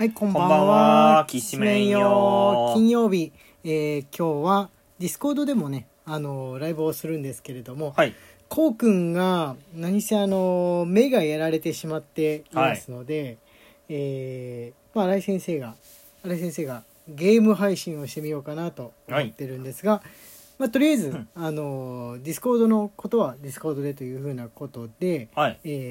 はい、こんばんこんばんは。 はきしめんよ金曜日、今日はディスコードでもね、ライブをするんですけれども、 はい。 こうくんが何せ目がやられてしまっていますので、新井先生がゲーム配信をしてみようかなと思ってるんですが、とりあえず、ディスコードのことはディスコードでというふうなことで、 はい。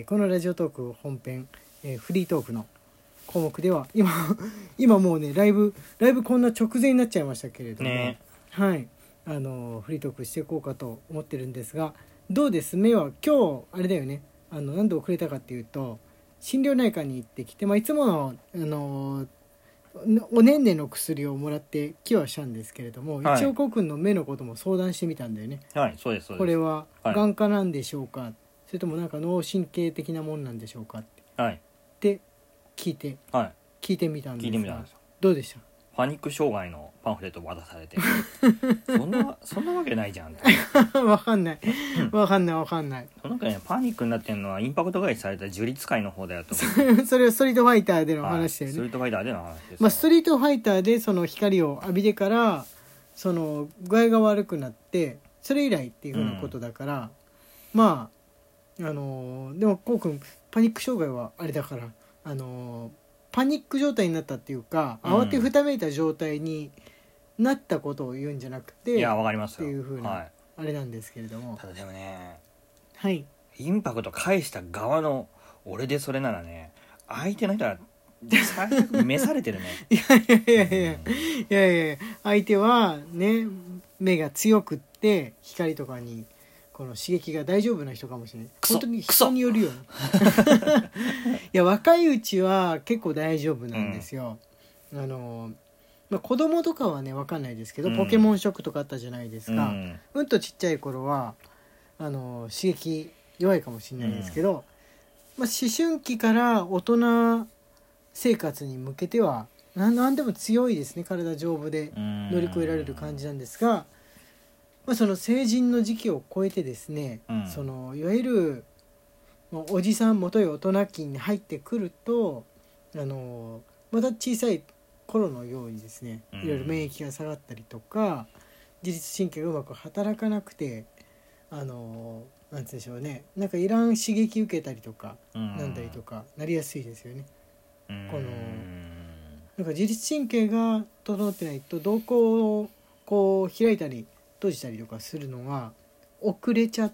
このラジオトーク本編、フリートークの項目では今もうねライブこんな直前になっちゃいましたけれども、 ね、 はい、フリートークしていこうかと思ってるんですが、どうです？目は今日あれだよね、何で遅れたかっていうと、心療内科に行ってきて、いつものおねんねの薬をもらってきはしたんですけれども、 はい、 一応こうくんの目のことも相談してみたんだよね。 はい、そうですそうです。 これははい、 眼科なんでしょうか、それともなんか脳神経的なもんなんでしょうかって、 はい、 で聞いてみたんですが、どうでした？ パニック障害のパンフレットを渡されてそんなわけないじゃんわかんないその中でパニックになってるのはインパクト返しされた呪律界の方だよと思うそれはストリートファイターでの話だよね、 ストリートファイターでの話です。 ストリートファイターでその光を浴びてからその具合が悪くなって、それ以来っていうふうなことだから、でもこうくんパニック障害はあれだから、パニック状態になったっていうか、慌てふためいた状態になったことを言うんじゃなくて、 いやわかりますよっていう風なあれなんですけれども、 ただでもね、 はい、 インパクト返した側の俺でそれならね、相手の人は最悪召されてるねいや相手はね、目が強くって光とかにこの刺激が大丈夫な人かもしれない。本当に人によるよねいや若いうちは結構大丈夫なんですよ、子供とかはね分かんないですけど、ポケモンショックとかあったじゃないですか、うんとちっちゃい頃は刺激弱いかもしれないですけど、思春期から大人生活に向けては何でも強いですね。体丈夫で乗り越えられる感じなんですが、その成人の時期を超えてですね、そのいわゆるおじさんもとい大人期に入ってくると、また小さい頃のようにですね、いろいろ免疫が下がったりとか、自律神経がうまく働かなくて、なんて言うんでしょうね、なんかいらん刺激受けたりとか、なんだりとかなりやすいですよね。このなんか自律神経が整ってないと瞳孔をこう開いたり閉じたりとかするのが遅れちゃって、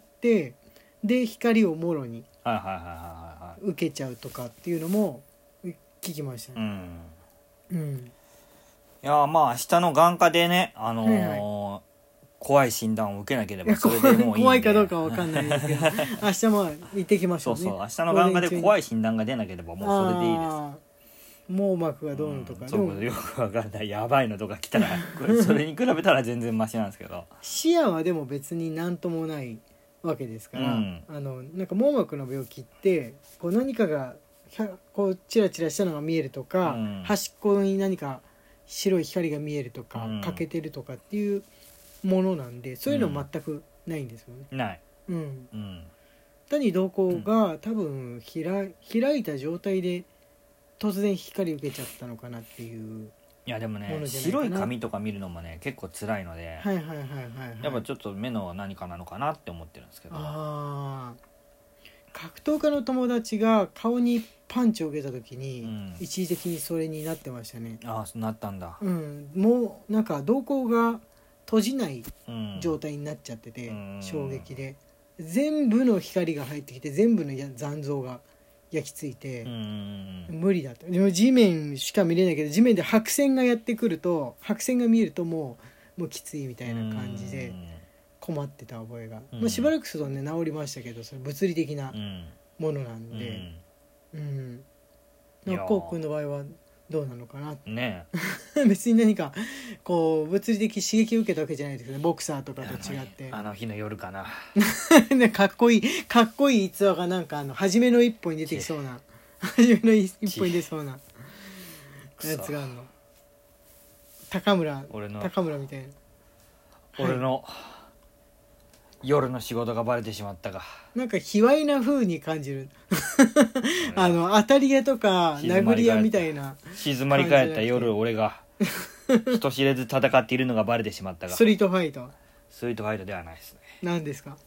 で光をもろに受けちゃうとかっていうのも聞きましたね。 いや明日の眼科でね、怖い診断を受けなければそれでもういいんで、 怖いかどうかは分かんないですけど明日も行ってきましょうね。 そう明日の眼科で怖い診断が出なければもうそれでいいです。 網膜がどうのとか、 そうよくわかんないやばいのとか来たらそれに比べたら全然マシなんですけど、 視野はでも別になんともないわけですから、なんか網膜の病気ってこう何かがこうチラチラしたのが見えるとか、端っこに何か白い光が見えるとか、欠けてるとかっていうものなんで、そういうの全くないんですよね。 ない。 単に瞳孔が多分開いた状態で突然光受けちゃったのかなっていう。 いやでもね、白い紙とか見るのもね結構辛いので、やっぱちょっと目の何かなのかなって思ってるんですけど。 格闘家の友達が顔にパンチを受けた時に、一時的にそれになってましたね。 そうなったんだ。 もうなんか瞳孔が閉じない状態になっちゃってて、衝撃で全部の光が入ってきて全部の残像が焼き付いて、無理だった。でも地面しか見れないけど、地面で白線がやってくると、白線が見えるともうきついみたいな感じで困ってた覚えが、しばらくするとね治りましたけど、それ物理的なものなんで、こうくんの場合はどうなのかなね別に何かこう物理的刺激を受けたわけじゃないですけど、ボクサーとかと違ってあの日の夜かなかっこいい逸話がなんか初めの一歩に出てきそうな初めの一歩に出そうなやつがあるの。高村みたいな、 俺の夜の仕事がバレてしまったか。 なんか卑猥な風に感じる当たり屋とか殴り屋みたいな静まり返った夜俺が人知れず戦っているのがバレてしまったが。 ストリートファイト。 ストリートファイトではないですね。 何ですか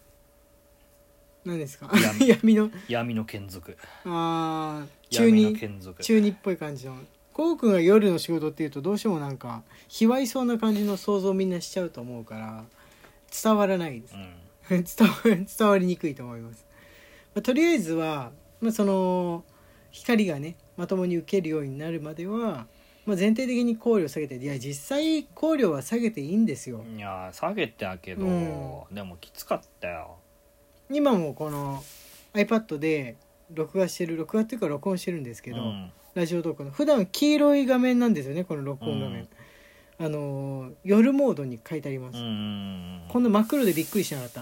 闇の眷属。 中二っぽい感じの。こうくんが夜の仕事っていうとどうしてもなんか卑猥そうな感じの想像みんなしちゃうと思うから伝わらないです、伝わりにくいと思います、とりあえずは、その光がねまともに受けるようになるまでは、全体的に光量下げて、いや実際光量は下げていいんですよ。 いや下げてたけど、でもきつかったよ。 今もこの iPad で録画っていうか録音してるんですけど、ラジオトークの普段黄色い画面なんですよね、この録音画面、夜モードに書いてあります。こんな真っ黒でびっくりしなかった。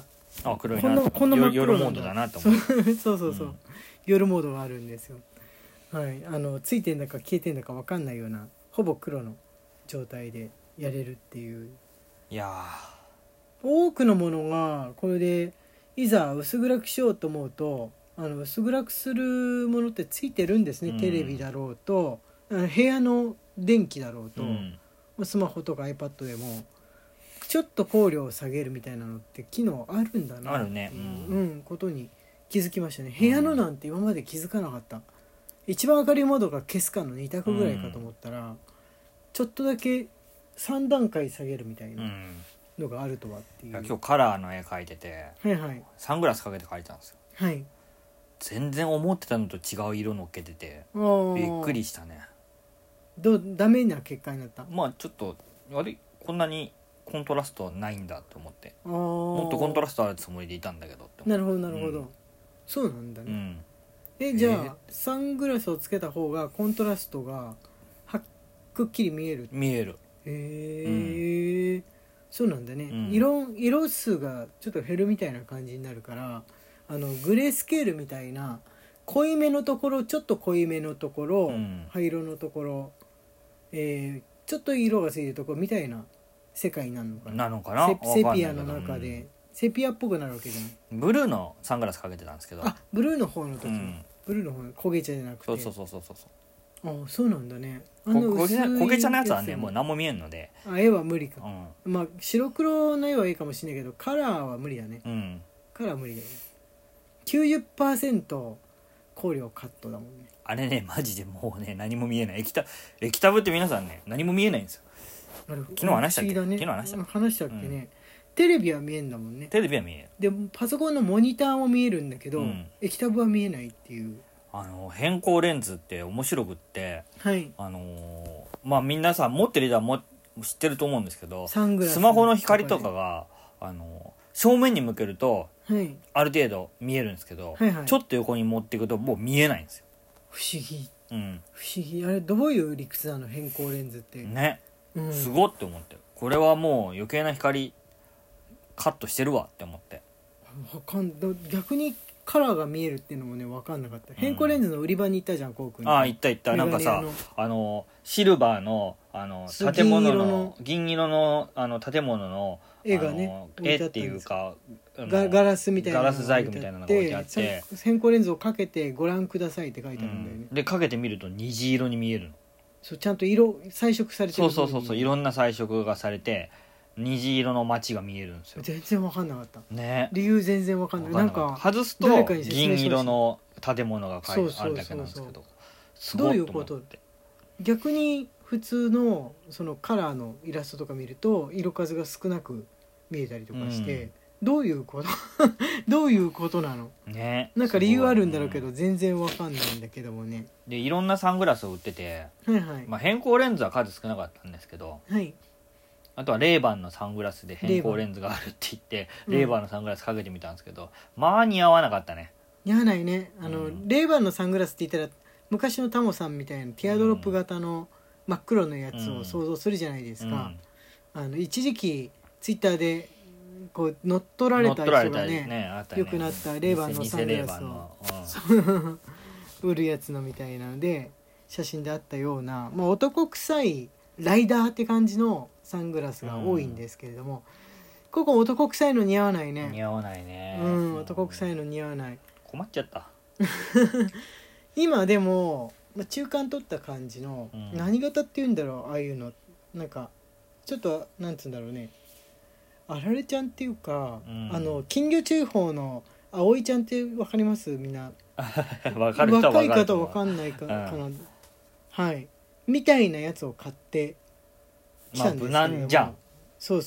黒いなこんな真っ黒夜モードだなと思ってそう、夜モードがあるんですよ。はい、ついてんだか消えてんだか分かんないようなほぼ黒の状態でやれるっていう。 いや多くのものがこれでいざ薄暗くしようと思うと薄暗くするものってついてるんですね、テレビだろうと部屋の電気だろうと、スマホとか iPad でもちょっと光量を下げるみたいなのって機能あるんだな、 あるね、 ことに気づきましたね。部屋のなんて今まで気づかなかった、一番明るいモードが消すかの2択ぐらいかと思ったら、ちょっとだけ3段階下げるみたいなのがあるとはっていう。 今日カラーの絵描いてて、サングラスかけて描いてたんですよ。全然思ってたのと違う色のっけててびっくりしたね。 ダメな結果になった。 ちょっとあれこんなにコントラストないんだと思って、もっとコントラストあるつもりでいたんだけどって。 なるほど、そうなんだね、じゃあサングラスをつけた方がコントラストがくっきり見える。そうなんだね、色数がちょっと減るみたいな感じになるから、グレースケールみたいな濃いめのところ、ちょっと濃いめのところ、灰色のところ、ちょっと色がついてるところみたいな世界になるのかな。セピアの中で、セピアっぽくなるわけじゃない。 ブルーのサングラスかけてたんですけど、 ブルーの方の時、ブルーの方焦げ茶じゃなくて、そうなんだね。 焦げ茶のやつはねもう何も見えんので、 絵は無理か、白黒の絵はいいかもしれないけどカラーは無理だね、カラーは無理だよね。90% 光量カットだもんね。 あれねマジでもうね何も見えない。液タブって皆さんね何も見えないんですよ。昨日話したっけ、 話したっけね、テレビは見えんだもんね。 テレビは見える。でパソコンのモニターも見えるんだけど、液タブは見えないっていう。 変光レンズって面白くって、皆さん持ってる人は知ってると思うんですけど、スマホの光とかが正面に向けると、ある程度見えるんですけど、ちょっと横に持っていくともう見えないんですよ。 不思議、あれどういう理屈なの、変光レンズってね、すごって思って、これはもう余計な光カットしてるわって思って。 逆にカラーが見えるっていうのもね分かんなかった。変光レンズの売り場に行ったじゃん、こうくん。 行ったなんかさシルバーの建物の銀色の建物の絵がね絵っていうかガラスみたいなガラス細工みたいなのが置いてあって、 変光レンズをかけてご覧くださいって書いてあるんだよね、 でかけてみると虹色に見えるの。 そうちゃんと彩色されてる。 そういろんな彩色がされて虹色の街が見えるんですよ。 全然分かんなかったね。 理由全然分かんない。なんか外すと銀色の建物があるだけなんですけど、 どういうことって。逆に普通のそのカラーのイラストとか見ると色数が少なく見えたりとかして、どういうことどういうことなのね。なんか理由あるんだろうけど全然分かんないんだけどもね。 でいろんなサングラスを売ってて、変光レンズは数少なかったんですけど、あとはレーバンのサングラスで変光レンズがあるって言ってレーバンのサングラスかけてみたんですけど、似合わなかったね。 似合わないね。レーバンのサングラスって言ったら昔のタモさんみたいなティアドロップ型の真っ黒のやつを想像するじゃないですか、一時期ツイッターでこう乗っ取られた人がねよくなったレーバンのサングラスを売るやつのみたいなので写真であったような、男臭いライダーって感じのサングラスが多いんですけれども、 ここ男臭いの似合わないね。 似合わないね。 男臭いの似合わない。 困っちゃった今でも、中間取った感じの、何型っていうんだろう、ああいうのなんかちょっとなんつうんだろうね、あられちゃんっていうか、金魚注意報の葵ちゃんって分かります？みんな分かる人は分かる。 若い方分かんないかな、はいみたいなやつを買ってきたんですけど、無難じゃん。そう、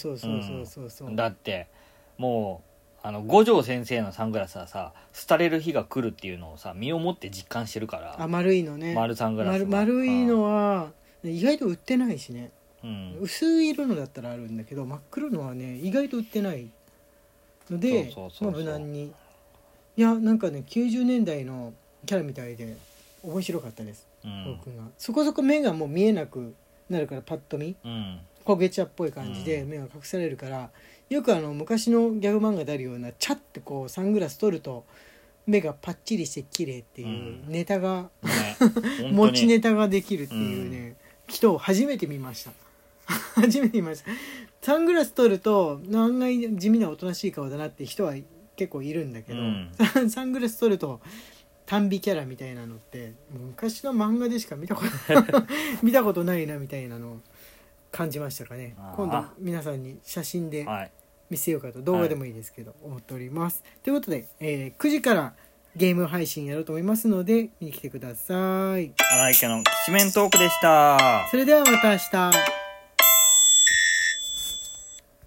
だってもう五条先生のサングラスはさ、廃れる日が来るっていうのをさ、身をもって実感してるから。 丸いのね、 丸サングラス、 丸いのは意外と売ってないしね、薄い色のだったらあるんだけど、真っ黒のはね意外と売ってないので、無難に、いやなんかね90年代のキャラみたいで面白かったです、僕がそこそこ目がもう見えなくなるから、パッと見、焦げ茶っぽい感じで目が隠されるから、よく昔のギャグ漫画であるようなチャッてこうサングラス取ると目がパッチリして綺麗っていうネタが、持ちネタができるっていうね、人を初めて見ました初めて見ました。サングラス取ると案外地味なおとなしい顔だなって人は結構いるんだけど、サングラス取ると単美キャラみたいなのって昔の漫画でしか見たことないなみたいなのを感じましたかね。今度皆さんに写真で見せようかと、動画でもいいですけど、思っております。ということで、9時からゲーム配信やろうと思いますので見に来てください。 荒井家のきしめんトークでした。 それではまた明日。